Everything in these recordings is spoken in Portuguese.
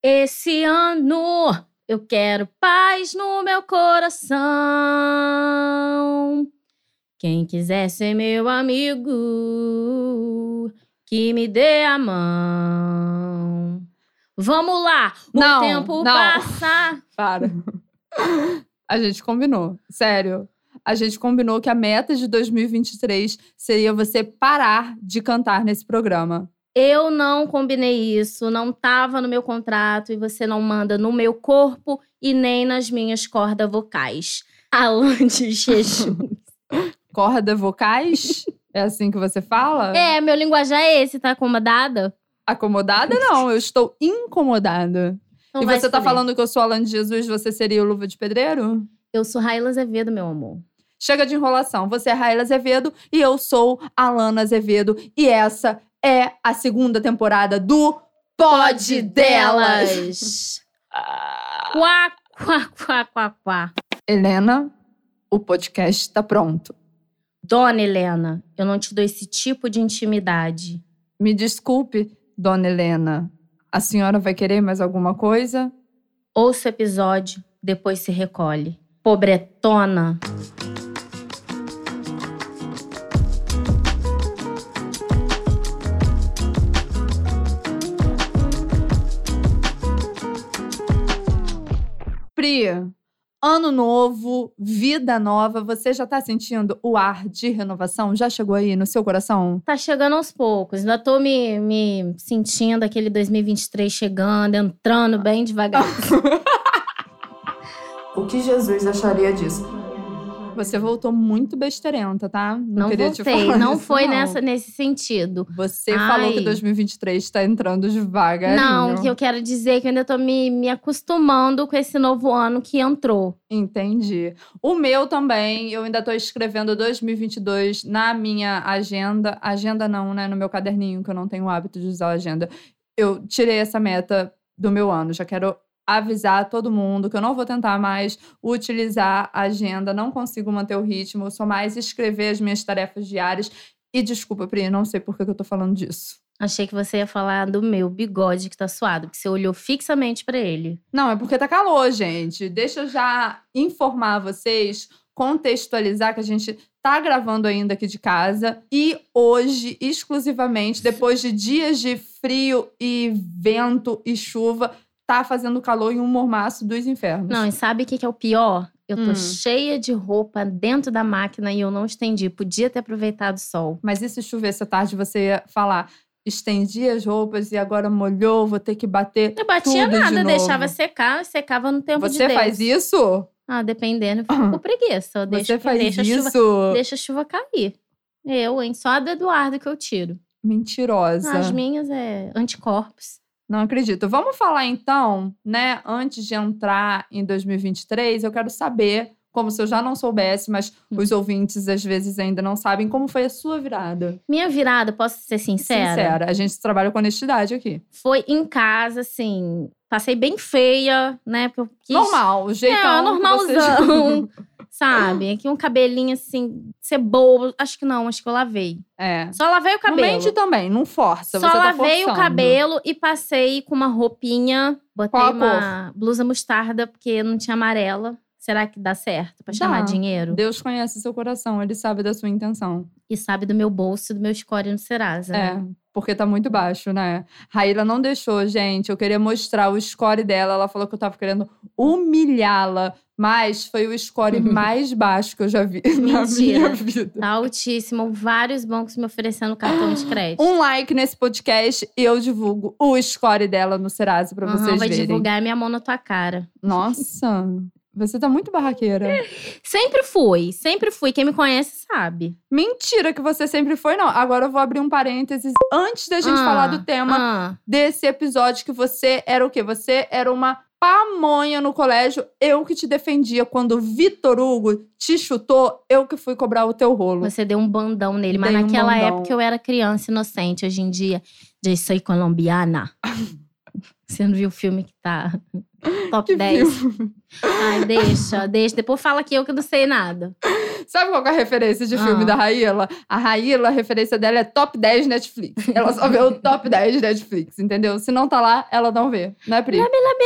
Esse ano eu quero paz no meu coração. Quem quiser ser meu amigo, que me dê a mão. Vamos lá, o tempo passa. Para. A gente combinou, sério. A gente combinou que a meta de 2023 seria você parar de cantar nesse programa. Eu não combinei isso, não estava no meu contrato e você não manda no meu corpo e nem nas minhas cordas vocais. Alan de Jesus. Corda vocais? É assim que você fala? É, meu linguajar é esse, tá acomodada? Acomodada não, eu estou incomodada. Então e vai você tá se fuder. falando que eu sou Alan de Jesus, você seria o Luva de Pedreiro? Eu sou Raíla Azevedo, meu amor. Chega de enrolação, você é Raíla Azevedo e eu sou Alana Azevedo. E essa é a segunda temporada do Pod Delas. Quá, quá, quá, quá, quá. Helena, o podcast tá pronto. Dona Helena, eu não te dou esse tipo de intimidade. Me desculpe, dona Helena. A senhora vai querer mais alguma coisa? Ouça o episódio, depois se recolhe. Pobretona. Pri, ano novo, vida nova. Você já tá sentindo o ar de renovação? Já chegou aí no seu coração? Tá chegando aos poucos. Ainda tô me sentindo aquele 2023 chegando, entrando bem devagar. O que Jesus acharia disso? Você voltou muito besteirenta, tá? Não queria voltei, te falar não isso, foi não. nesse sentido. Você falou que 2023 tá entrando devagarinho. Não, o que eu quero dizer é que eu ainda tô me acostumando com esse novo ano que entrou. Entendi. O meu também, eu ainda tô escrevendo 2022 na minha agenda. Agenda não, né? No meu caderninho, que eu não tenho o hábito de usar a agenda. Eu tirei essa meta do meu ano. Já quero avisar todo mundo que eu não vou tentar mais utilizar a agenda. Não consigo manter o ritmo. Eu sou mais escrever as minhas tarefas diárias. E desculpa, Pri, não sei por que eu tô falando disso. Achei que você ia falar do meu bigode que tá suado, porque você olhou fixamente pra ele. Não, é porque tá calor, gente. Deixa eu já informar vocês, contextualizar que a gente tá gravando ainda aqui de casa. E hoje, exclusivamente, depois de dias de frio e vento e chuva, tá fazendo calor em um mormaço dos infernos. Não, e sabe o que é o pior? Eu tô cheia de roupa dentro da máquina e eu não estendi. Podia ter aproveitado o sol. Mas e se chovesse à tarde, você ia falar... Estendi as roupas e agora molhou, vou ter que bater Não batia tudo de nada, novo. deixava secar, secava no tempo de Você Deus. faz isso? Ah, dependendo, eu fico com preguiça. Você faz deixa isso? Deixa a chuva cair. Eu, hein? Só a do Eduardo que eu tiro. Mentirosa. As minhas é anticorpos. Não acredito. Vamos falar então, né? Antes de entrar em 2023, eu quero saber, como se eu já não soubesse, mas os ouvintes às vezes ainda não sabem, como foi a sua virada? Minha virada, posso ser sincera? Sincera. A gente trabalha com honestidade aqui. Foi em casa, assim. Passei bem feia, né? Porque eu quis... Normal, o jeitão. Normalzão. Sabe? Aqui um cabelinho assim, cebola. Acho que eu lavei. É. Só lavei o cabelo. Não mente também, não força. Só você lavei tá o cabelo e passei com uma roupinha. Botei Qual a uma blusa mostarda, porque não tinha amarela. Será que dá certo pra chamar dinheiro? Deus conhece seu coração, ele sabe da sua intenção. E sabe do meu bolso e do meu score no Serasa. É, porque tá muito baixo, né? Raíla não deixou, gente. Eu queria mostrar o score dela. Ela falou que eu tava querendo humilhá-la. Mas foi o score mais baixo que eu já vi na minha vida. Tá altíssimo. Vários bancos me oferecendo cartão de crédito. Um like nesse podcast e eu divulgo o score dela no Serasa pra vocês vai verem. divulgar minha mão na tua cara. Nossa, você tá muito barraqueira. Sempre fui. Quem me conhece sabe. Mentira que você sempre foi, não. Agora eu vou abrir um parênteses antes da gente falar do tema desse episódio, que você era o quê? Você era uma pamonha no colégio. Eu que te defendia quando o Vitor Hugo te chutou, eu que fui cobrar o teu rolo. Você deu um bandão nele, mas Dei naquela bandão. época eu era criança inocente. Hoje em dia, já sou colombiana. Você não viu o filme que tá top 10? Ai, deixa. Depois fala que eu não sei nada. Sabe qual que é a referência de filme da Raíla? A Raíla, a referência dela é top 10 Netflix. Ela só vê o top 10 Netflix, entendeu? Se não tá lá, ela não vê. Não é, Pri?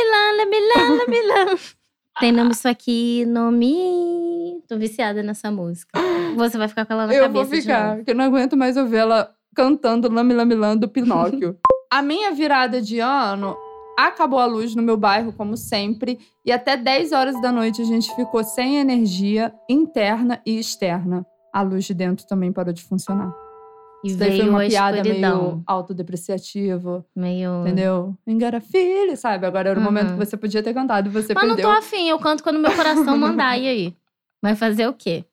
Labilã. Tem nome isso aqui, nome... Tô viciada nessa música. Você vai ficar com ela na cabeça Eu vou de ficar, novo. porque eu não aguento mais ouvir ela cantando Lame do Pinóquio. A minha virada de ano, acabou a luz no meu bairro, como sempre. E até 10 horas da noite a gente ficou sem energia interna e externa. A luz de dentro também parou de funcionar. E Isso daí foi veio uma a piada escuridão. meio autodepreciativa, Meio... entendeu? Engara filho, sabe? Agora era o momento que você podia ter cantado e você Mas perdeu. não tô afim, eu canto quando meu coração mandar, e aí? Vai fazer o quê?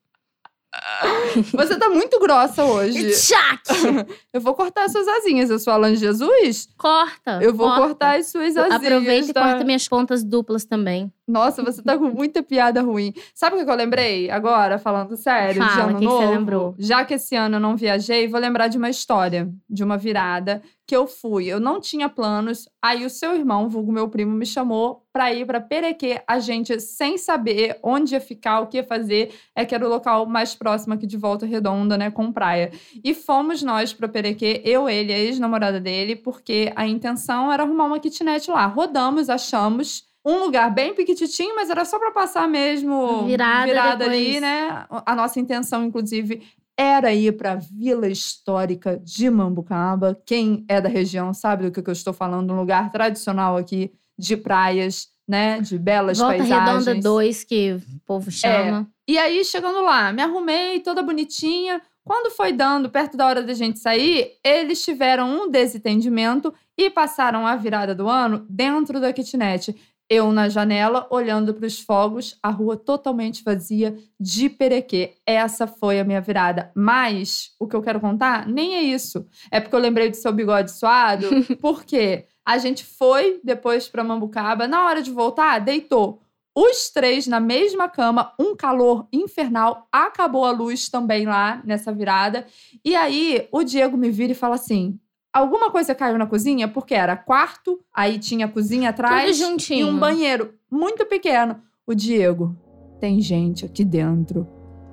Você tá muito grossa hoje. Tchac! Eu vou cortar suas asinhas. Eu sou Alan Jesus. Corta. Eu vou cortar as suas asinhas. Aproveita tá? e corta minhas pontas duplas também. Nossa, você tá com muita piada ruim. Sabe o que eu lembrei agora, falando sério, de Fala, ano o que novo? você lembrou? Já que esse ano eu não viajei, vou lembrar de uma história, de uma virada que eu fui. Eu não tinha planos, aí o seu irmão, vulgo meu primo, me chamou pra ir pra Perequê. A gente, sem saber onde ia ficar, o que ia fazer, que era o local mais próximo aqui de Volta Redonda, né, com praia. E fomos nós pra Perequê, eu, ele, a ex-namorada dele, porque a intenção era arrumar uma kitnet lá. Rodamos, achamos um lugar bem piquititinho, mas era só pra passar mesmo virada ali, né? A nossa intenção, inclusive, era ir pra Vila Histórica de Mambucaba. Quem é da região sabe do que eu estou falando. Um lugar tradicional aqui de praias, né? De belas paisagens. Volta Redonda 2, que o povo chama. E aí, chegando lá, me arrumei toda bonitinha. Quando foi dando, perto da hora da gente sair, eles tiveram um desentendimento e passaram a virada do ano dentro da kitnet. Eu na janela, olhando para os fogos, a rua totalmente vazia de Perequê. Essa foi a minha virada. Mas o que eu quero contar nem é isso. É porque eu lembrei do seu bigode suado. Porque a gente foi depois para Mambucaba. Na hora de voltar, deitou os três na mesma cama. Um calor infernal. Acabou a luz também lá nessa virada. E aí o Diego me vira e fala assim... Alguma coisa caiu na cozinha, porque era quarto, aí tinha a cozinha atrás Tudo juntinho. E um banheiro muito pequeno. O Diego, tem gente aqui dentro.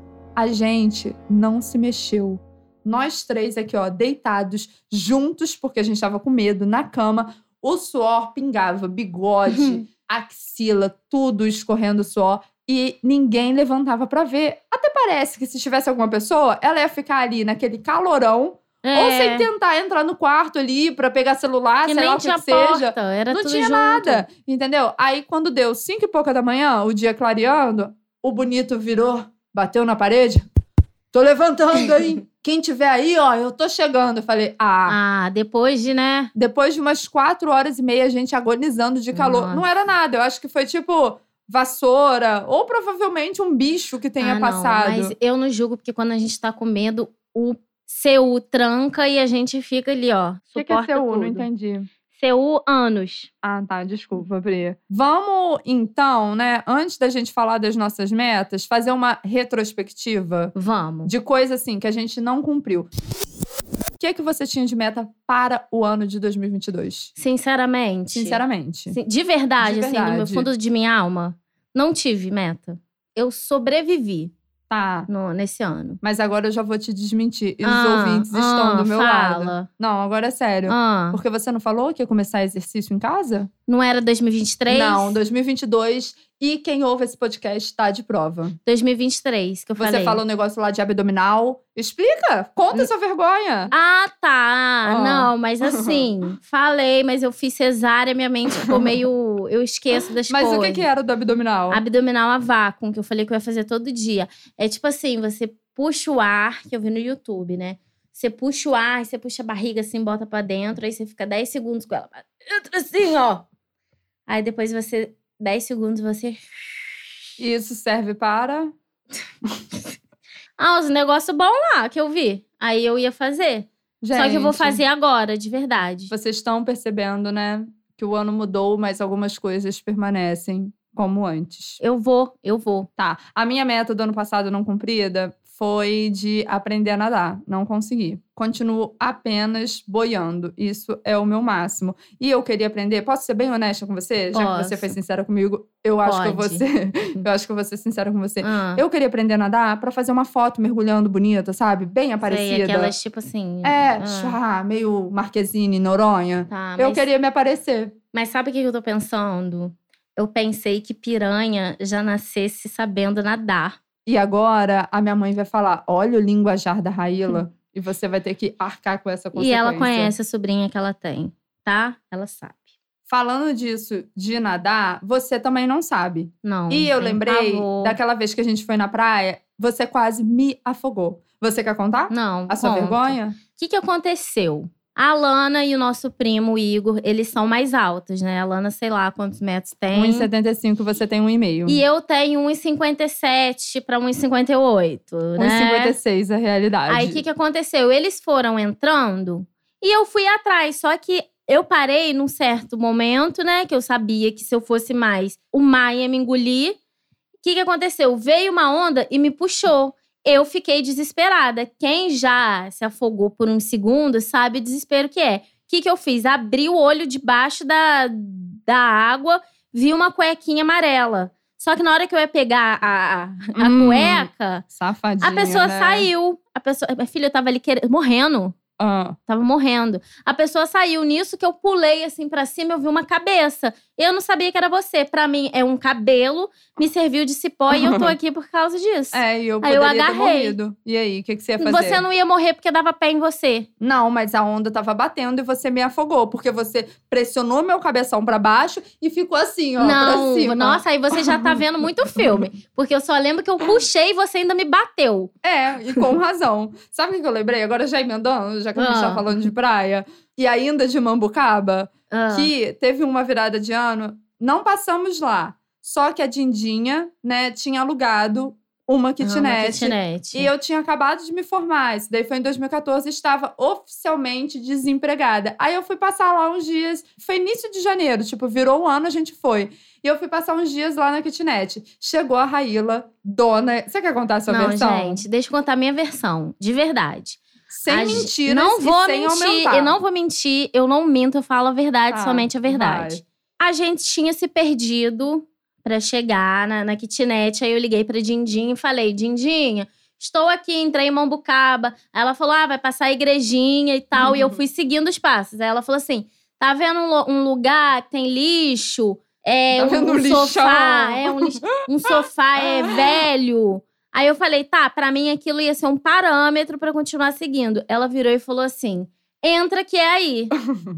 A gente não se mexeu. Nós três aqui, ó, deitados, juntos, porque a gente tava com medo, na cama. O suor pingava, bigode, axila, tudo escorrendo suor. E ninguém levantava pra ver. Até parece que se tivesse alguma pessoa, ela ia ficar ali naquele calorão, ou sem tentar entrar no quarto ali pra pegar celular, que sei nem lá o que tinha seja. Porta, era não tudo tinha junto. nada, entendeu? Aí quando deu 5 e pouca da manhã, o dia clareando, o bonito virou, bateu na parede. Tô levantando, hein? Quem tiver aí, ó, eu tô chegando. Eu falei, depois de, né? Depois de umas 4 horas e meia, a gente agonizando de calor. Nossa. Não era nada, eu acho que foi tipo... vassoura, ou provavelmente um bicho que tenha passado. Não, mas eu não julgo, porque quando a gente tá com medo, o CU tranca e a gente fica ali, ó. O que é suporta CU? tudo. Não entendi. CU, anos. Ah, tá. Desculpa, Pri. Vamos, então, né, antes da gente falar das nossas metas, fazer uma retrospectiva Vamos. de coisa, assim, que a gente não cumpriu. O que você tinha de meta para o ano de 2022? Sinceramente. Sinceramente. De verdade, De assim, no meu verdade. fundo de minha alma, não tive meta. Eu sobrevivi Tá. nesse ano. Mas agora eu já vou te desmentir. E os ouvintes estão do meu lado. Fala. Não, agora é sério. Porque você não falou que ia começar exercício em casa? Não era 2023? Não, 2022. E quem ouve esse podcast tá de prova. 2023, que eu falei. Você falou um negócio lá de abdominal. Explica! Conta essa vergonha! Ah, tá. Não, mas assim, falei, mas eu fiz cesárea, minha mente ficou meio... Eu esqueço das Mas coisas. o que era do abdominal? Abdominal a vácuo, que eu falei que eu ia fazer todo dia. É tipo assim, você puxa o ar, que eu vi no YouTube, né? Você puxa o ar, você puxa a barriga assim, bota pra dentro, aí você fica 10 segundos com ela pra dentro, assim, ó. Aí depois você... 10 segundos você... Isso serve para... os negócios bons lá que eu vi. Aí eu ia fazer. Gente, Só que eu vou fazer agora, de verdade. Vocês estão percebendo, né? Que o ano mudou, mas algumas coisas permanecem como antes. Eu vou. Tá. A minha meta do ano passado não cumprida foi de aprender a nadar. Não consegui. Continuo apenas boiando. Isso é o meu máximo. E eu queria aprender. Posso ser bem honesta com você? Já que você foi sincera comigo, eu acho que eu vou ser. Eu acho que eu vou ser sincera com você. Eu queria aprender a nadar pra fazer uma foto mergulhando bonita, sabe? Bem aparecida. Sei, aquelas tipo assim. Meio Marquezine, Noronha. Tá, eu queria me aparecer. Mas sabe o que eu tô pensando? Eu pensei que piranha já nascesse sabendo nadar. E agora, a minha mãe vai falar, olha o linguajar da Raíla. E você vai ter que arcar com essa consequência. E ela conhece a sobrinha que ela tem, tá? Ela sabe. Falando disso, de nadar, você também não sabe. Não. E eu lembrei daquela vez que a gente foi na praia, você quase me afogou. Você quer contar? Não, a sua vergonha? O que aconteceu? A Lana e o nosso primo, o Igor, eles são mais altos, né? A Lana, sei lá quantos metros tem. 1,75, você tem 1,5. E eu tenho 1,57 para 1,58, né? 1,56 a realidade. Aí, o que aconteceu? Eles foram entrando e eu fui atrás. Só que eu parei num certo momento, né? Que eu sabia que se eu fosse mais, o mar ia me engolir. O que aconteceu? Veio uma onda e me puxou. Eu fiquei desesperada. Quem já se afogou por uns segundos sabe o desespero que é. O que eu fiz? Abri o olho debaixo da água, vi uma cuequinha amarela. Só que na hora que eu ia pegar a cueca, safadinha, a pessoa né? saiu. Minha filha, eu tava ali morrendo. Tava morrendo. A pessoa saiu. Nisso que eu pulei assim pra cima, eu vi uma cabeça. Eu não sabia que era você. Pra mim, é um cabelo, me serviu de cipó e eu tô aqui por causa disso. E eu poderia ter morrido. E aí, o que você ia fazer? Você não ia morrer porque dava pé em você. Não, mas a onda tava batendo e você me afogou. Porque você pressionou meu cabeção pra baixo e ficou assim, ó, pra cima. Nossa, aí você já tá vendo muito filme. Porque eu só lembro que eu puxei e você ainda me bateu. E com razão. Sabe o que eu lembrei? Agora já emendando, já que a gente tá falando de praia. E ainda de Mambucaba, que teve uma virada de ano. Não passamos lá. Só que a Dindinha, né, tinha alugado uma kitnet. E eu tinha acabado de me formar. Isso daí foi em 2014. Estava oficialmente desempregada. Aí eu fui passar lá uns dias. Foi início de janeiro. Tipo, virou um ano, a gente foi. E eu fui passar uns dias lá na kitnet. Chegou a Raíla, dona… Você quer contar a sua versão? Não, gente. Deixa eu contar a minha versão. De verdade. Sem mentiras sem aumentar. Eu não vou mentir. Eu não minto. Eu falo a verdade, somente a verdade. A gente tinha se perdido pra chegar na kitnet. Aí eu liguei pra Dindinha e falei, Dindinha, estou aqui, entrei em Mambucaba. Aí ela falou, vai passar a igrejinha e tal. E eu fui seguindo os passos. Aí ela falou assim, tá vendo um lugar que tem lixo? Tá vendo um sofá, um sofá velho. Aí eu falei, tá, pra mim aquilo ia ser um parâmetro pra continuar seguindo. Ela virou e falou assim, entra que é aí.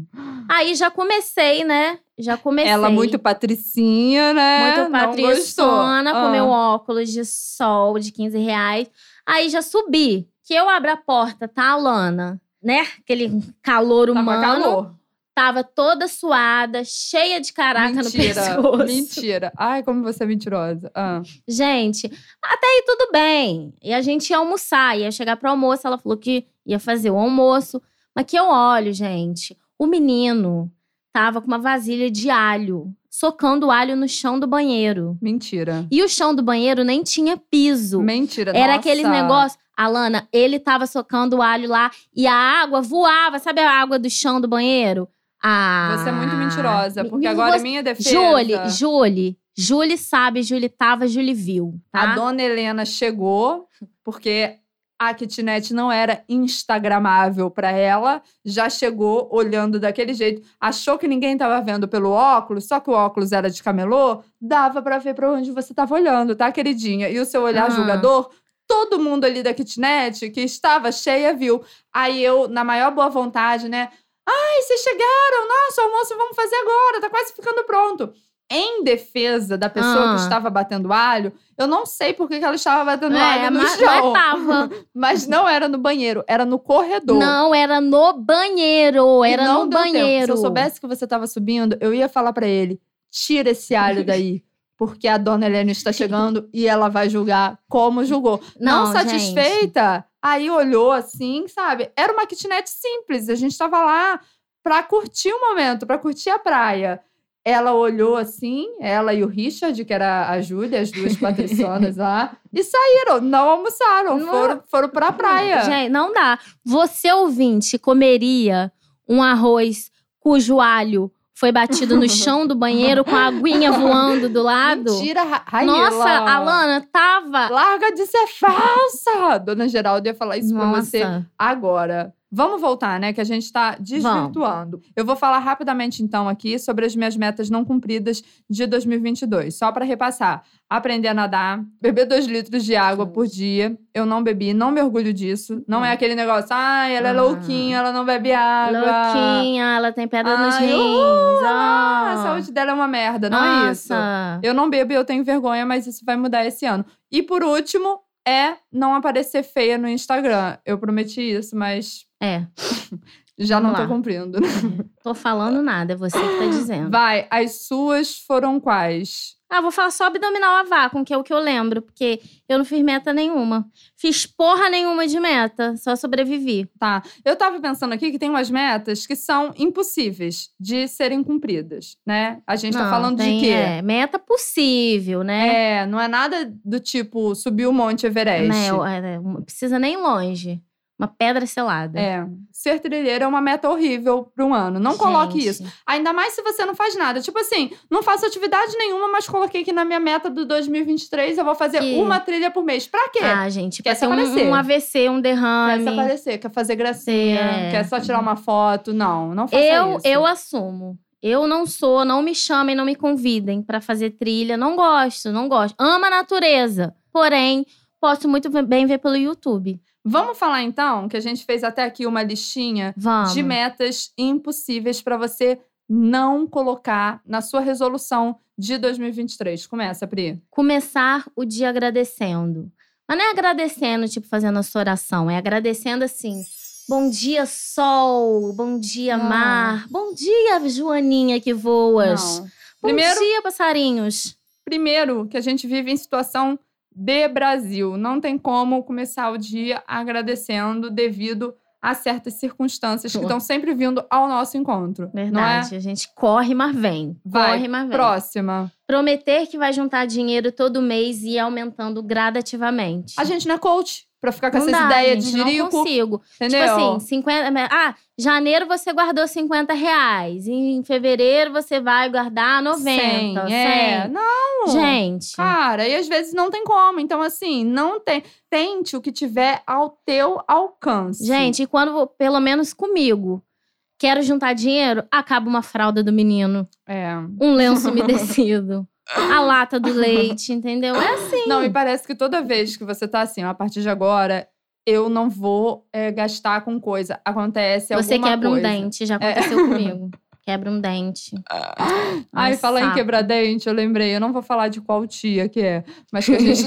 Aí já comecei, né? Ela muito patricinha, né? Muito patriçona, com meu óculos de sol de R$15. Aí já subi. Que eu abro a porta, tá a Lana, né? Aquele calor humano. Calor. Tava toda suada, cheia de caraca no pescoço. Mentira. Ai, como você é mentirosa. Gente, até aí tudo bem. E a gente ia almoçar, ia chegar pro almoço. Ela falou que ia fazer o almoço. Mas que eu olho, gente, o menino tava com uma vasilha de alho, socando o alho no chão do banheiro. Mentira. E o chão do banheiro nem tinha piso. Mentira, Era aqueles negócios… Alana, ele tava socando o alho lá e a água voava. Sabe a água do chão do banheiro? Você é muito mentirosa, porque agora é minha defesa… Julie sabe, Julie tava, Julie viu, tá? A dona Helena chegou, porque a kitnet não era instagramável pra ela. Já chegou olhando daquele jeito. Achou que ninguém tava vendo pelo óculos, só que o óculos era de camelô. Dava pra ver pra onde você tava olhando, tá, queridinha? E o seu olhar julgador… Todo mundo ali da kitnet, que estava cheia, viu. Aí eu, na maior boa vontade, né? Ai, vocês chegaram! Nossa, o almoço vamos fazer agora, tá quase ficando pronto. Em defesa da pessoa que estava batendo alho, eu não sei por que ela estava batendo alho no chão. Mas não era no banheiro, era no corredor. Não, era no banheiro, era no banheiro. Se eu soubesse que você estava subindo, eu ia falar pra ele, tira esse alho daí. Porque a dona Helena está chegando e ela vai julgar como julgou. Não satisfeita, gente. Aí olhou assim, sabe? Era uma kitnet simples. A gente estava lá pra curtir o momento, pra curtir a praia. ela olhou assim, ela e o Richard, que era a Júlia, as duas patriçonas lá, e saíram, não almoçaram, foram pra praia. Gente, não dá. Você, ouvinte, comeria um arroz cujo alho foi batido no chão do banheiro com a aguinha voando do lado? Mentira, Raíla. Nossa, a Lana tava… Larga de ser falsa! Dona Geralda ia falar isso pra Nossa. você agora. Vamos voltar, né? Que a gente tá desvirtuando. Eu vou falar rapidamente, então, aqui sobre as minhas metas não cumpridas de 2022. Só pra repassar. Aprender a nadar. Beber 2 litros de água por dia. Eu não bebi, não me orgulho disso. Não é aquele negócio, ela é louquinha, ela não bebe água. Louquinha, ela tem pedra nos rins. A saúde dela é uma merda, não é isso. Eu não bebo e eu tenho vergonha, mas isso vai mudar esse ano. E por último, não aparecer feia no Instagram. Eu prometi isso, mas… já Vamos não tô lá. cumprindo. Tô falando nada, é você que tá dizendo. Vai, as suas foram quais? Vou falar só abdominal a vácuo, que é o que eu lembro. Porque eu não fiz meta nenhuma. Fiz porra nenhuma de meta, só sobrevivi. Tá, eu tava pensando aqui que tem umas metas que são impossíveis de serem cumpridas, né? A gente tá falando de quê? Meta possível, né? Não é nada do tipo subir o Monte Everest. Não precisa nem ir longe. Uma pedra selada. Ser trilheiro é uma meta horrível para um ano. Não coloque Gente. isso. Ainda mais se você não faz nada. Tipo assim, não faço atividade nenhuma, mas coloquei que na minha meta do 2023 eu vou fazer uma trilha por mês. Pra quê? Gente, Quer quer ser aparecer. um AVC, um derrame. Quer se aparecer, quer fazer gracinha, quer só tirar uma foto. Não faça isso. Eu assumo. Eu não me chamem, não me convidem pra fazer trilha. Não gosto. Amo a natureza. Porém, posso muito bem ver pelo YouTube. Vamos falar então, que a gente fez até aqui uma listinha de metas impossíveis pra você não colocar na sua resolução de 2023. Começa, Pri. Começar o dia agradecendo. Mas não é agradecendo, tipo, fazendo a sua oração. É agradecendo assim… Bom dia, sol. Bom dia, mar. Bom dia, Joaninha que voas. Bom dia, passarinhos. Primeiro, que a gente vive em situação de Brasil. Não tem como começar o dia agradecendo devido a certas circunstâncias que estão sempre vindo ao nosso encontro. Verdade. Não é? A gente corre, mas vem. Corre, mas vem. Próxima. Prometer que vai juntar dinheiro todo mês e ir aumentando gradativamente. A gente não é coach pra ficar com Não essas dá, ideias gente, de jirico. Não consigo. Entendeu? Tipo assim, 50… janeiro você guardou R$50. Em fevereiro você vai guardar 90. 100. Não. Gente. Cara, e às vezes não tem como. Então, assim, não tem… Tente o que tiver ao teu alcance. Gente, e quando… Pelo menos comigo… Quero juntar dinheiro, acaba uma fralda do menino. Um lenço umedecido. A lata do leite, entendeu? É assim. Não, e parece que toda vez que você tá assim, a partir de agora, eu não vou gastar com coisa. Acontece alguma coisa. Você quebra um dente, já aconteceu comigo. Quebra um dente. Ai, fala em quebrar dente, eu lembrei. Eu não vou falar de qual tia que é, mas que a gente…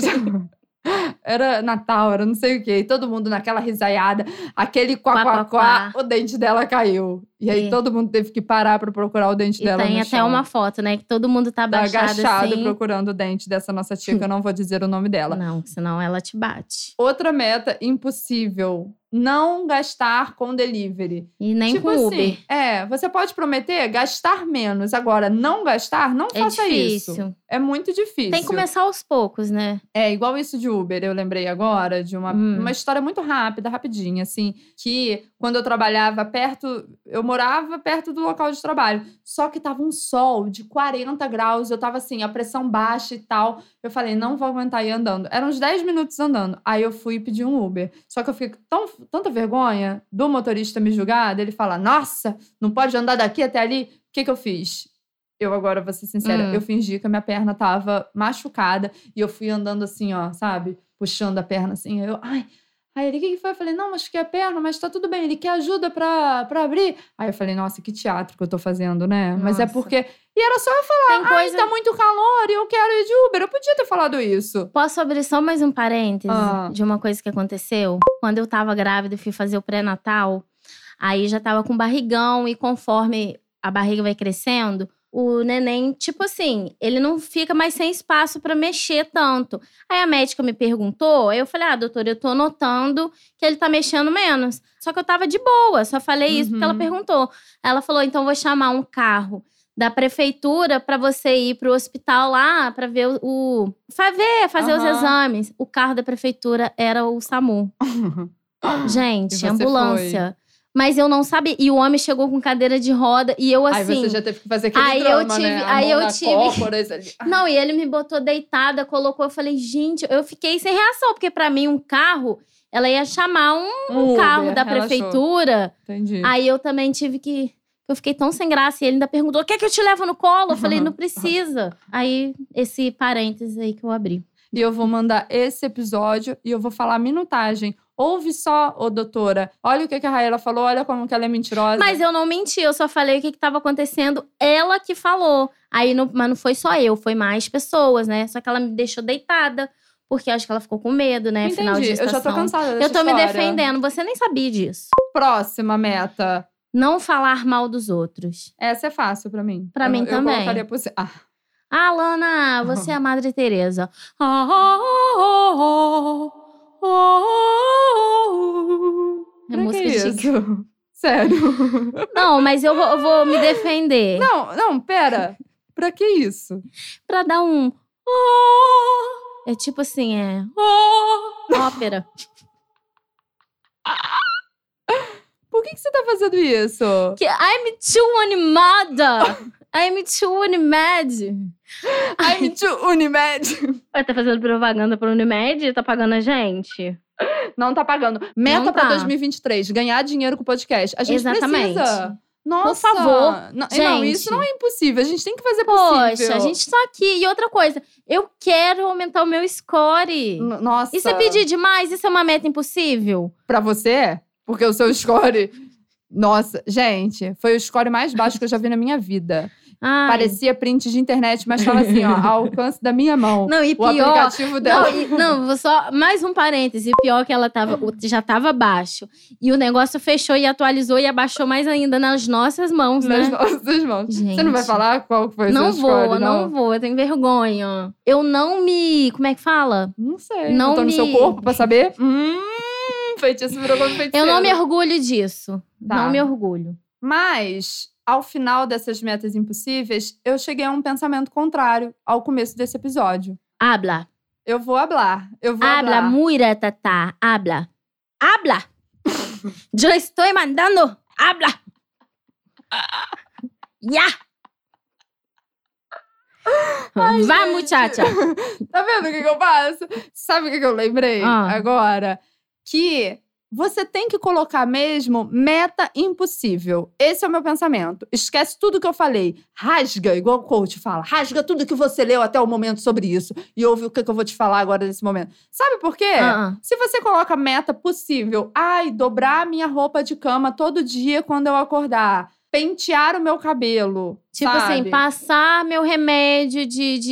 Era Natal, era não sei o quê. E todo mundo naquela risaiada, aquele quá, o dente dela caiu. E aí todo mundo teve que parar pra procurar o dente dela no chão. E tem até uma foto, né? Que todo mundo tá agachado assim. Procurando o dente dessa nossa tia, que eu não vou dizer o nome dela. Não, senão ela te bate. Outra meta impossível. Não gastar com delivery. E nem tipo com Uber. Assim, você pode prometer gastar menos. Agora, não gastar, não faça difícil. Isso. É muito difícil. Tem que começar aos poucos, né? Igual isso de Uber. Eu lembrei agora de uma história muito rápida, rapidinha, assim. Que quando eu trabalhava eu morava perto do local de trabalho. Só que tava um sol de 40 graus. Eu tava assim, a pressão baixa e tal. Eu falei, não vou aguentar ir andando. Eram uns 10 minutos andando. Aí eu fui pedir um Uber. Só que eu fiquei tanta vergonha do motorista me julgar, dele falar, nossa, não pode andar daqui até ali. O que eu fiz? Eu agora vou ser sincera, eu fingi que a minha perna tava machucada e eu fui andando assim, ó, sabe? Puxando a perna assim. Aí ele, o que foi? Eu falei, não, machuquei a perna, mas tá tudo bem. Ele quer ajuda pra abrir. Aí eu falei, nossa, que teatro que eu tô fazendo, né? Nossa. Mas é porque… E era só eu falar, tá muito calor e eu quero ir de Uber. Eu podia ter falado isso. Posso abrir só mais um parêntese de uma coisa que aconteceu? Quando eu tava grávida e fui fazer o pré-natal, aí já tava com barrigão e conforme a barriga vai crescendo, o neném, tipo assim, ele não fica mais sem espaço pra mexer tanto. Aí a médica me perguntou, eu falei, doutora, eu tô notando que ele tá mexendo menos. Só que eu tava de boa, só falei isso porque ela perguntou. Ela falou, então vou chamar um carro da prefeitura pra você ir pro hospital lá pra ver fazer os exames. O carro da prefeitura era o SAMU. Gente, ambulância. Mas eu não sabia. E o homem chegou com cadeira de roda e eu assim. Aí você já teve que fazer aquele drama, né? Aí eu tive. Não, e ele me botou deitada, colocou. Eu falei, gente, eu fiquei sem reação, porque pra mim um carro, ela ia chamar um carro da prefeitura. Entendi. Aí eu também tive que. Eu fiquei tão sem graça. E ele ainda perguntou: quer que eu te levo no colo? Eu falei, não precisa. Aí, esse parênteses aí que eu abri. E eu vou mandar esse episódio e eu vou falar a minutagem. Ouve só, ô doutora. Olha o que a Raela falou, olha como que ela é mentirosa. Mas eu não menti, eu só falei o que estava acontecendo. Ela que falou. Aí, mas não foi só eu, foi mais pessoas, né? Só que ela me deixou deitada. Porque acho que ela ficou com medo, né? Entendi, Final de gestação. eu já tô cansada dessa Eu tô história. me defendendo, você nem sabia disso. Próxima meta. Não falar mal dos outros. Essa é fácil pra mim. Pra mim também. Eu colocaria por... Lana, você é a Madre Teresa. É música de isso? Sério? Não, mas eu vou me defender. Não, pera. Pra que isso? Pra dar um... É tipo assim, ópera. Por que você tá fazendo isso? Que I'm too animada. I'm too Unimed. I'm too Unimed. Vai tá fazendo propaganda pra Unimed? Tá pagando a gente? Não tá pagando. Meta pra 2023, ganhar dinheiro com o podcast. A gente precisa. Nossa. Por favor. Não, isso não é impossível. A gente tem que fazer possível. Poxa, a gente tá aqui. E outra coisa, eu quero aumentar o meu score. Nossa. Isso é pedir demais? Isso é uma meta impossível? Pra você? Porque o seu score... Nossa, gente, foi o score mais baixo que eu já vi na minha vida. Ai. Parecia print de internet, mas tava assim, ó, ao alcance da minha mão. Não, e o pior... aplicativo dela. Não, vou só... Mais um parêntese. O pior é que ela já tava baixo. E o negócio fechou e atualizou e abaixou mais ainda nas nossas mãos, né? Nas nossas mãos. Gente. Você não vai falar qual foi o seu score, não vou. Eu tenho vergonha. Eu não me... Como é que fala? Não sei. Não tô no seu corpo pra saber? Feitiço virou como feiticeiro. Eu não me orgulho disso. Tá. Não me orgulho. Mas, ao final dessas metas impossíveis, eu cheguei a um pensamento contrário ao começo desse episódio. Habla. Eu vou hablar. Habla, muira, tatá. Habla. Habla. Yo estoy mandando. Habla. Ya. Vai, muchacha. Tá vendo o que eu faço? Sabe o que eu lembrei agora? Que você tem que colocar mesmo meta impossível. Esse é o meu pensamento. Esquece tudo que eu falei. Rasga, igual o coach fala. Rasga tudo que você leu até o momento sobre isso. E ouve o que eu vou te falar agora nesse momento. Sabe por quê? Se você coloca meta possível. Dobrar a minha roupa de cama todo dia quando eu acordar. Pentear o meu cabelo. Tipo assim, passar meu remédio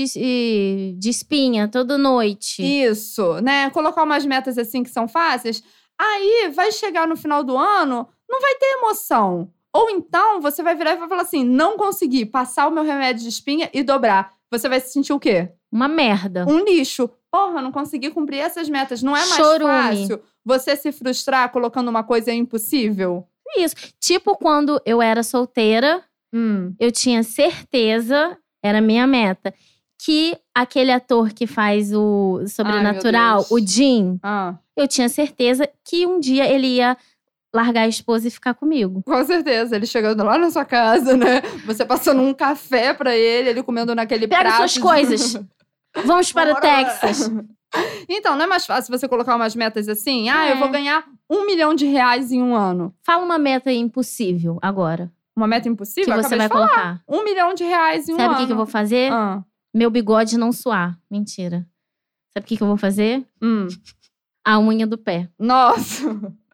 de espinha toda noite. Isso, né? Colocar umas metas assim que são fáceis. Aí, vai chegar no final do ano, não vai ter emoção. Ou então, você vai virar e vai falar assim, não consegui passar o meu remédio de espinha e dobrar. Você vai se sentir o quê? Uma merda. Um lixo. Porra, não consegui cumprir essas metas. Não é mais fácil você se frustrar colocando uma coisa impossível? Isso. Tipo quando eu era solteira, eu tinha certeza, era minha meta, que aquele ator que faz o Sobrenatural, o Jim, eu tinha certeza que um dia ele ia largar a esposa e ficar comigo. Com certeza. Ele chegando lá na sua casa, né? Você passando um café pra ele comendo naquele prato. Pega suas coisas. Vamos para o Texas. Então, não é mais fácil você colocar umas metas assim? Eu vou ganhar R$1 milhão em um ano. Fala uma meta impossível agora. Uma meta impossível? Que você vai colocar. R$1 milhão em um ano. Sabe o que eu vou fazer? Meu bigode não suar. Mentira. Sabe o que eu vou fazer? A unha do pé. Nossa!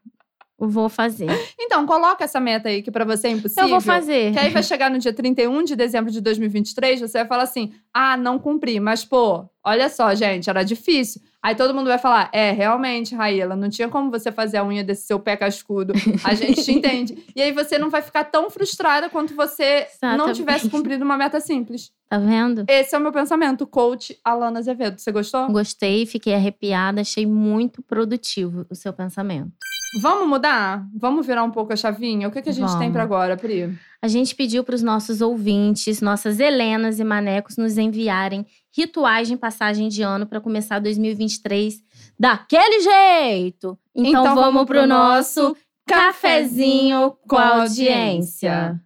Eu vou fazer. Então, coloca essa meta aí, que pra você é impossível. Eu vou fazer. Que aí vai chegar no dia 31 de dezembro de 2023, você vai falar assim, não cumpri. Mas, pô, olha só, gente, era difícil. Aí todo mundo vai falar, realmente, Raíla, não tinha como você fazer a unha desse seu pé cascudo. A gente te entende. E aí você não vai ficar tão frustrada quanto você não tivesse cumprido uma meta simples. Tá vendo? Esse é o meu pensamento. Coach Alana Azevedo. Você gostou? Gostei, fiquei arrepiada. Achei muito produtivo o seu pensamento. Vamos mudar? Vamos virar um pouco a chavinha? O que a gente tem Vamos. pra agora, Pri? A gente pediu para os nossos ouvintes, nossas Helenas e Manecos, nos enviarem rituais de passagem de ano para começar 2023 daquele jeito. Então vamos pro nosso cafezinho com a audiência.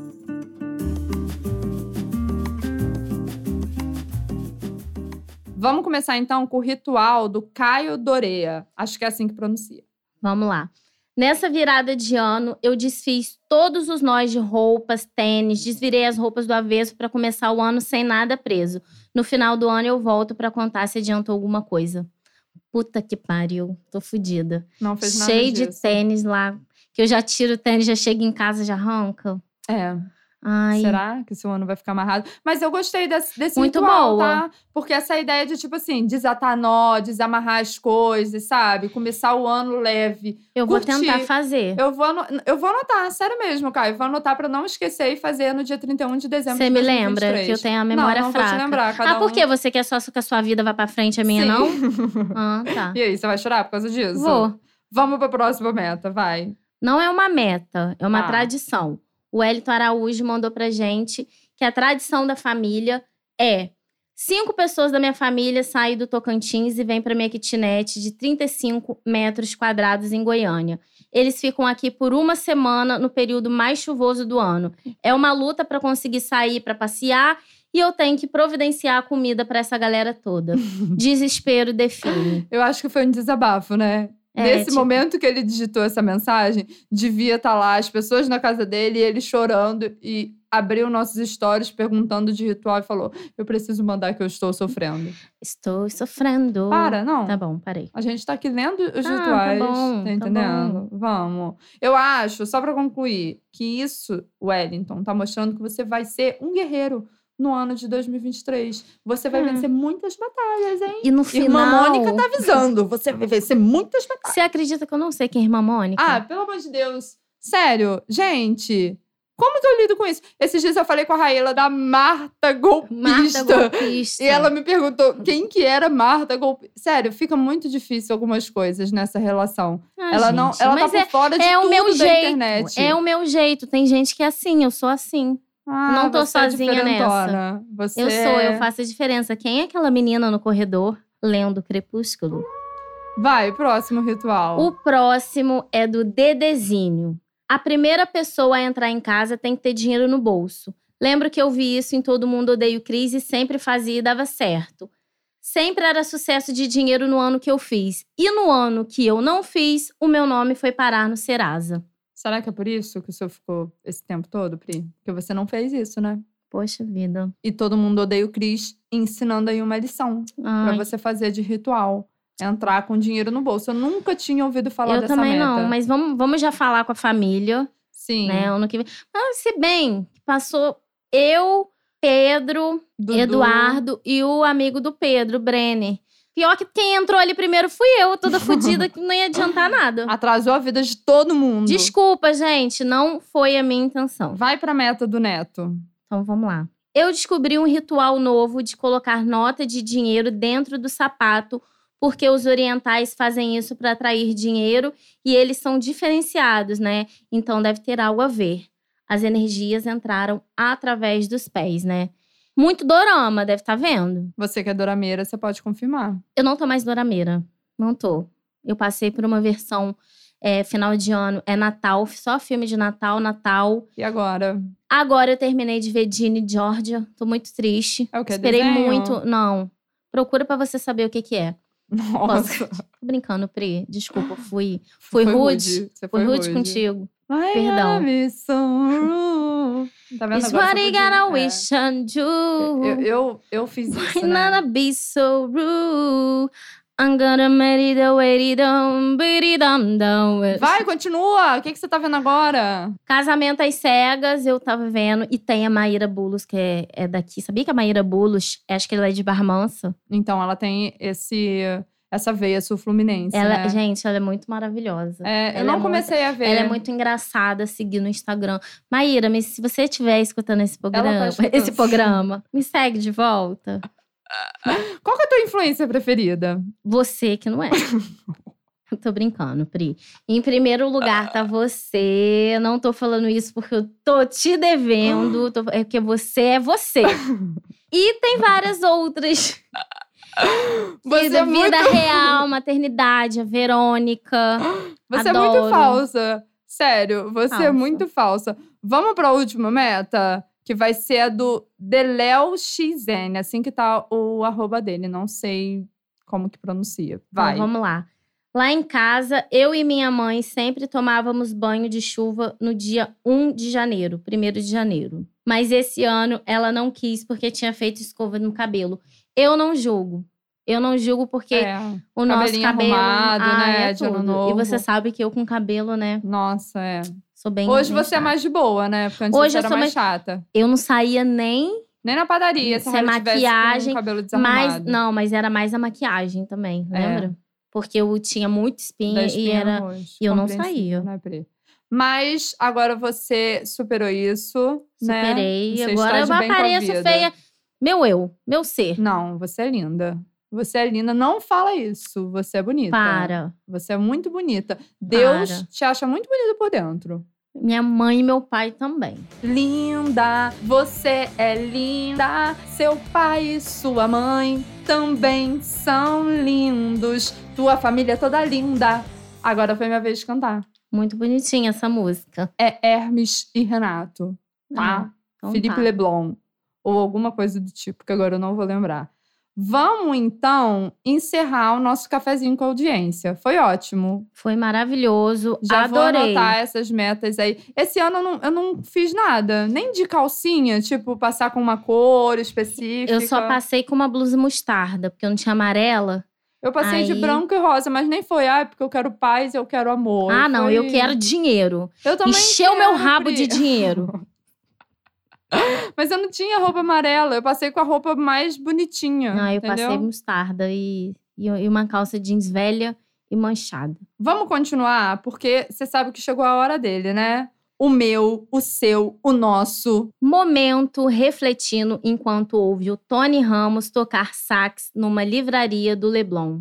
Vamos começar então com o ritual do Caio Dorea. Acho que é assim que pronuncia. Vamos lá. Nessa virada de ano, eu desfiz todos os nós de roupas, tênis, desvirei as roupas do avesso para começar o ano sem nada preso. No final do ano, eu volto para contar se adiantou alguma coisa. Puta que pariu, tô fodida. Não fez nada Cheio disso. de tênis lá, que eu já tiro o tênis, já chego em casa, já arranca. É. Ai, Será que seu ano vai ficar amarrado? Mas eu gostei desse Muito ritual, boa. tá? Porque essa ideia de, tipo assim, desatar nó, desamarrar as coisas, sabe? Começar o ano leve. eu vou curtir. tentar fazer. Eu vou anotar, sério mesmo, Caio. Vou anotar pra não esquecer e fazer no dia 31 de dezembro Você de me 2023. lembra que eu tenho a memória não fraca. Vou te lembrar. Cada Ah, por um... quê? Você quer só que a sua vida vá pra frente, a minha Sim. não? Ah, tá. E aí, você vai chorar por causa disso? Vou. Vamos pra próxima meta, vai. Não é uma meta, é uma Tá. tradição. O Wellington Araújo mandou pra gente que a tradição da família é 5 pessoas da minha família saem do Tocantins e vêm pra minha kitnet de 35 metros quadrados em Goiânia. Eles ficam aqui por uma semana no período mais chuvoso do ano. É uma luta pra conseguir sair pra passear e eu tenho que providenciar a comida pra essa galera toda. Desespero define. Eu acho que foi um desabafo, né? Nesse tipo, momento que ele digitou essa mensagem, devia estar lá as pessoas na casa dele e ele chorando e abriu nossos stories perguntando de ritual e falou: eu preciso mandar que eu estou sofrendo. estou sofrendo. Para, não. Tá bom, parei. A gente tá aqui lendo os Ah, rituais, tá bom, tá entendendo? Vamos. Eu acho, só pra concluir, que isso, Wellington, tá mostrando que você vai ser um guerreiro no ano de 2023. Você vai vencer muitas batalhas, hein? E no final… Irmã Mônica tá avisando. Você vai vencer muitas batalhas. Você acredita que eu não sei quem é Irmã Mônica? Ah, pelo amor de Deus. Sério, gente… Como que eu lido com isso? Esses dias eu falei com a Raíla da Marta Golpista. Marta Golpista. E ela me perguntou quem que era Marta Golpista. Sério, fica muito difícil algumas coisas nessa relação. Ah, ela não, gente, ela mas tá por fora de é o tudo meu da jeito. internet. É o meu jeito. Tem gente que é assim, eu sou assim. não tô você é sozinha diferentona. Você Eu sou, eu faço a diferença. Quem é aquela menina no corredor lendo Crepúsculo? Vai, próximo ritual. O próximo é do Dedezinho. A primeira pessoa a entrar em casa tem que ter dinheiro no bolso. Lembro que eu vi isso em Todo Mundo Odeia o Cris e sempre fazia e dava certo. Sempre era sucesso de dinheiro no ano que eu fiz. E no ano que eu não fiz, o meu nome foi parar no Serasa. Será que é por isso que o senhor ficou esse tempo todo, Pri? Porque você não fez isso, né? Poxa vida. E Todo Mundo Odeia o Cris ensinando aí uma lição pra Ai, você fazer de ritual. Entrar com dinheiro no bolso. Eu nunca tinha ouvido falar eu dessa também meta. não, mas vamos já falar com a família, Sim. né? Ano que vem. Mas se bem, passou eu, Pedro, Dudu. Eduardo e o amigo do Pedro, Brenner. Pior que quem entrou ali primeiro fui eu, toda fodida, que não ia adiantar nada. Atrasou a vida de todo mundo. Desculpa, gente, não foi a minha intenção. Vai pra meta do neto. Então vamos lá. Eu descobri um ritual novo de colocar nota de dinheiro dentro do sapato, porque os orientais fazem isso para atrair dinheiro e eles são diferenciados, né? Então deve ter algo a ver. As energias entraram através dos pés, né? Muito dorama, deve estar vendo. Você que é dorameira, você pode confirmar. Eu não tô mais dorameira. Não tô. Eu passei por uma versão final de ano, é Natal, só filme de Natal. E agora? Agora eu terminei de ver Ginny e Georgia. Tô muito triste. É o que? Esperei Desenho? muito. Não. Procura pra você saber o que é. Nossa. Tô brincando, Pri. Desculpa, fui Foi rude. Você Fui rude contigo. Ai, Perdão. I'm so rude. Tá vendo It's agora? what Você I podia- gotta wish on you. Eu fiz isso, Why né? not be so rude? I'm gonna make it away, dum. Vai, continua! O que você tá vendo agora? Casamento às cegas, eu tava vendo. E tem a Maíra Bullos, que é daqui. Sabia que a Maíra Bullos, acho que ela é de Barra Mansa? Então, ela tem essa veia sul-fluminense, Ela, né? gente, ela é muito maravilhosa. É, eu ela não é comecei a ver. Ela é muito engraçada, seguir no Instagram. Maíra, mas se você estiver escutando esse programa, escutando. me segue de volta. Qual que é a tua influência preferida? Você que não é. Tô brincando, Pri. Em primeiro lugar tá você. Não tô falando isso porque eu tô te devendo. É porque você é você. E tem várias outras. Você é muito... Vida real, maternidade, a Verônica. Você Adoro. é muito falsa. Sério, você é Falsa. muito falsa. Vamos pra última meta? Que vai ser a do DeLeoXN. Assim que tá o arroba dele. Não sei como que pronuncia. Vai. Então, vamos lá. Lá em casa, eu e minha mãe sempre tomávamos banho de chuva no dia 1 de janeiro, 1º de janeiro. Mas esse ano ela não quis porque tinha feito escova no cabelo. Eu não julgo. Eu não julgo porque o nosso cabelo… arrumado, né? É De ano tudo. novo. E você sabe que eu com cabelo, né? Nossa, é. Sou bem… Hoje bem você é chata. mais de boa, né? Porque antes Hoje você eu era sou mais mais- chata. Eu não saía nem… Nem na padaria, se Sem ela tivesse com maquiagem, o cabelo Mas, desarrumado. mas era mais a maquiagem também, lembra? Porque eu tinha muita espinha Da e espinha era… roxa. e eu não Compreensível, saía. Né, Pri? Mas agora você superou isso, né? Superei. Você Agora está eu de bem com a apareço vida. feia. Meu ser. Não, você é linda. Você é linda. Não fala isso. Você é bonita. Para. Você é muito bonita. Deus te acha muito bonita por dentro. Minha mãe e meu pai também. Linda, você é linda. Seu pai e sua mãe também são lindos. Tua família é toda linda. Agora foi minha vez de cantar. Muito bonitinha essa música. É Hermes e Renato, tá? Então Felipe tá. Leblon. Ou alguma coisa do tipo, que agora eu não vou lembrar. Vamos, então, encerrar o nosso cafezinho com a audiência. Foi ótimo. Foi maravilhoso. Já Adorei. vou anotar essas metas aí. Esse ano eu não fiz nada. Nem de calcinha, tipo, passar com uma cor específica. Eu só passei com uma blusa mostarda, porque eu não tinha amarela. Eu passei de Aí- branco e rosa, mas nem foi. Porque eu quero paz, eu quero amor. Não, Foi- eu quero dinheiro. Eu também Encheu meu quero, rabo Pri. de dinheiro. Mas eu não tinha roupa amarela. Eu passei com a roupa mais bonitinha. Eu entendeu? passei mostarda e uma calça jeans velha e manchada. Vamos continuar? Porque você sabe que chegou a hora dele, né? O meu, o seu, o nosso. Momento refletindo enquanto ouve o Tony Ramos tocar sax numa livraria do Leblon.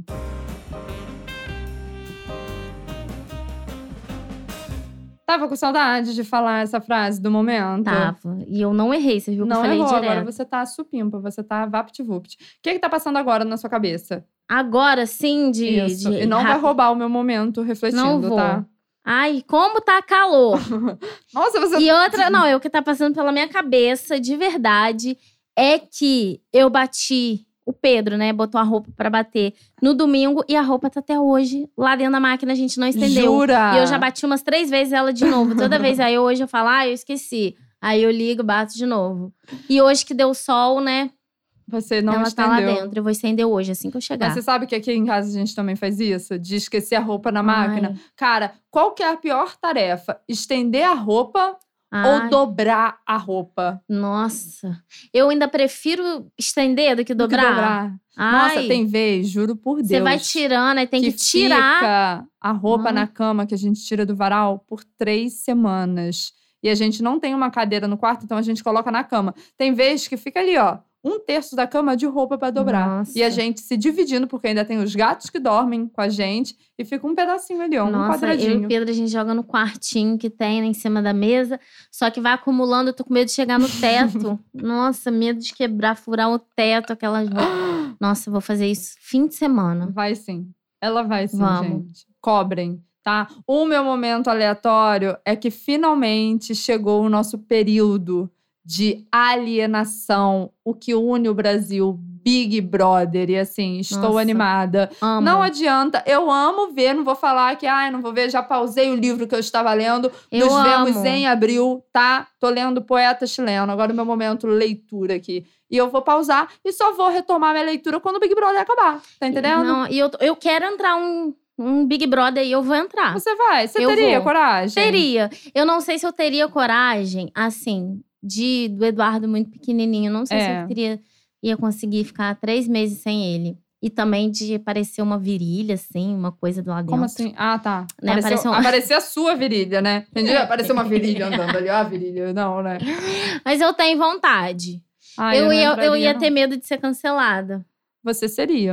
Tava com saudade de falar essa frase do momento? Tava. E eu não errei, você viu que eu Não falei errou, direto. agora você tá supimpa, você tá vapt-vupt. O que tá passando agora na sua cabeça? Agora sim, Isso. E não vai rápido. roubar o meu momento refletindo, Não vou. tá? Ai, como tá calor. Nossa, você… E outra, não, o que tá passando pela minha cabeça, de verdade, é que eu bati… O Pedro, né, botou a roupa pra bater no domingo e a roupa tá até hoje lá dentro da máquina, a gente não estendeu. Jura? E eu já bati umas 3 vezes ela de novo. Toda vez aí hoje eu falo, eu esqueci. Aí eu ligo, bato de novo. E hoje que deu sol, né, Você não ela estendeu. tá lá dentro. Eu vou estender hoje, assim que eu chegar. Mas você sabe que aqui em casa a gente também faz isso? De esquecer a roupa na máquina? Ai. Cara, qual que é a pior tarefa? Estender a roupa ou Ai, dobrar a roupa? nossa. Eu ainda prefiro estender do que Do que dobrar. Nossa, Ai, tem vez, juro por Deus. você vai tirando, aí tem que tirar. Fica a roupa Ai. na cama que a gente tira do varal por 3 semanas. E a gente não tem uma cadeira no quarto, então a gente coloca na cama. Tem vez que fica ali, ó, 1/3 da cama de roupa pra dobrar. Nossa. E a gente se dividindo, porque ainda tem os gatos que dormem com a gente. E fica um pedacinho ali, ó, um Nossa, eu e quadradinho. o Pedro, a gente joga no quartinho que tem, né, em cima da mesa. Só que vai acumulando, eu tô com medo de chegar no teto. Nossa, medo de quebrar, furar o teto, aquelas… Nossa, eu vou fazer isso fim de semana. Vai sim. Ela vai sim, Vamos. gente. Cobrem, tá? O meu momento aleatório é que finalmente chegou o nosso período de alienação, o que une o Brasil, Big Brother. E assim, estou Nossa. animada. Amo. Não adianta, eu amo ver, não vou falar que, não vou ver, já pausei o livro que eu estava lendo. Eu Nos vemos amo. em abril, tá? Tô lendo Poeta Chileno, agora é o meu momento leitura aqui. E eu vou pausar e só vou retomar minha leitura quando o Big Brother acabar, tá entendendo? Não, e eu quero entrar um Big Brother e eu vou entrar. Você vai, você Eu teria vou. coragem? Teria. Eu não sei se eu teria coragem, assim, do Eduardo muito pequenininho. Não sei se eu ia conseguir ficar 3 meses sem ele. E também de parecer uma virilha, assim, uma coisa do lado dentro. Como assim? Ah, tá. Né, apareceu uma- Apareceu a sua virilha, né? Entendi? Apareceu uma virilha andando ali. Ah, virilha. Não, né? Mas eu tenho vontade. Ai, eu não ia entraria, não. ter medo de ser cancelada. Você seria.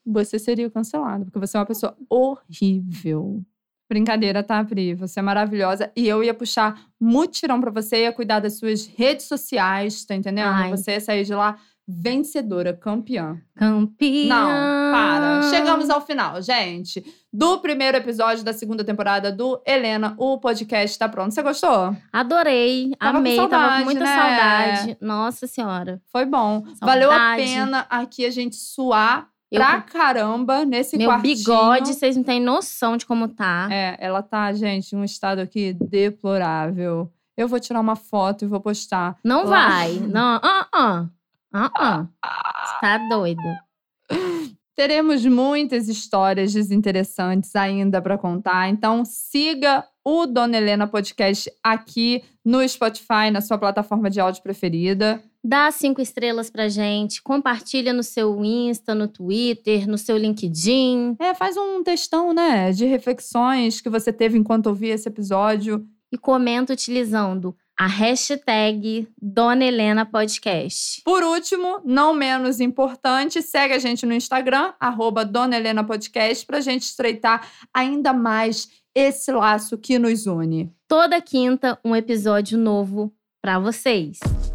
você seria cancelado. Porque você é uma pessoa horrível. Brincadeira, tá, Pri? Você é maravilhosa. E eu ia puxar mutirão pra você, ia cuidar das suas redes sociais, tá entendendo? Ai. Você ia sair de lá vencedora, campeã. Campeã. Não, para. Chegamos ao final, gente. Do primeiro episódio da segunda temporada do Helena, o podcast tá pronto. Você gostou? Adorei, Tava com amei, tava saudade, com muita né? saudade. Nossa Senhora. Foi bom. Saudade. Valeu a pena aqui a gente suar pra caramba nesse Meu quartinho. bigode, vocês não têm noção de como tá. É, ela tá, gente, em um estado aqui deplorável. Eu vou tirar uma foto e vou postar. Não lá. vai. Não, Você tá doida. Teremos muitas histórias desinteressantes ainda pra contar. Então, siga o Dona Helena Podcast aqui no Spotify, na sua plataforma de áudio preferida. Dá 5 estrelas pra gente. Compartilha no seu Insta, no Twitter, no seu LinkedIn. Faz um textão, né, de reflexões que você teve enquanto ouvia esse episódio. E comenta utilizando a hashtag Dona Helena Podcast. Por último, não menos importante, segue a gente no Instagram, @Dona Helena Podcast, pra gente estreitar ainda mais esse laço que nos une. Toda quinta, um episódio novo pra vocês.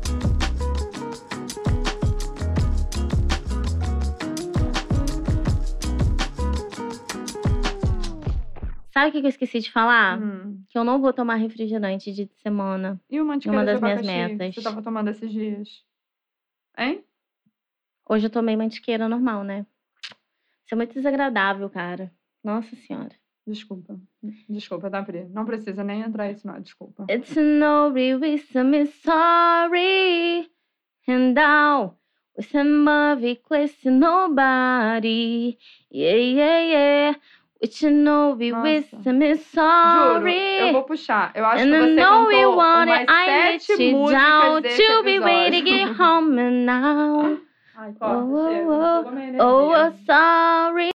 Sabe o que eu esqueci de falar? Que eu não vou tomar refrigerante de semana. E o mantiqueira Uma das de minhas abacaxi metas. que você tava tomando esses dias? Hein? Hoje eu tomei mantiqueira normal, né? Isso é muito desagradável, cara. Nossa Senhora. Desculpa, tá, Pri? Não precisa nem entrar isso, não. Desculpa. It's no reason me sorry. And now, with a movie close nobody. Yeah, yeah, yeah. With you know we with me sorry. Juro, eu vou puxar. Eu acho And que I você know you cantou want umas it, I 7 let you músicas down desse to be waiting episódio. at home and now. Ai, corta, Oh, chega. oh, Chegou minha energia. Oh, sorry.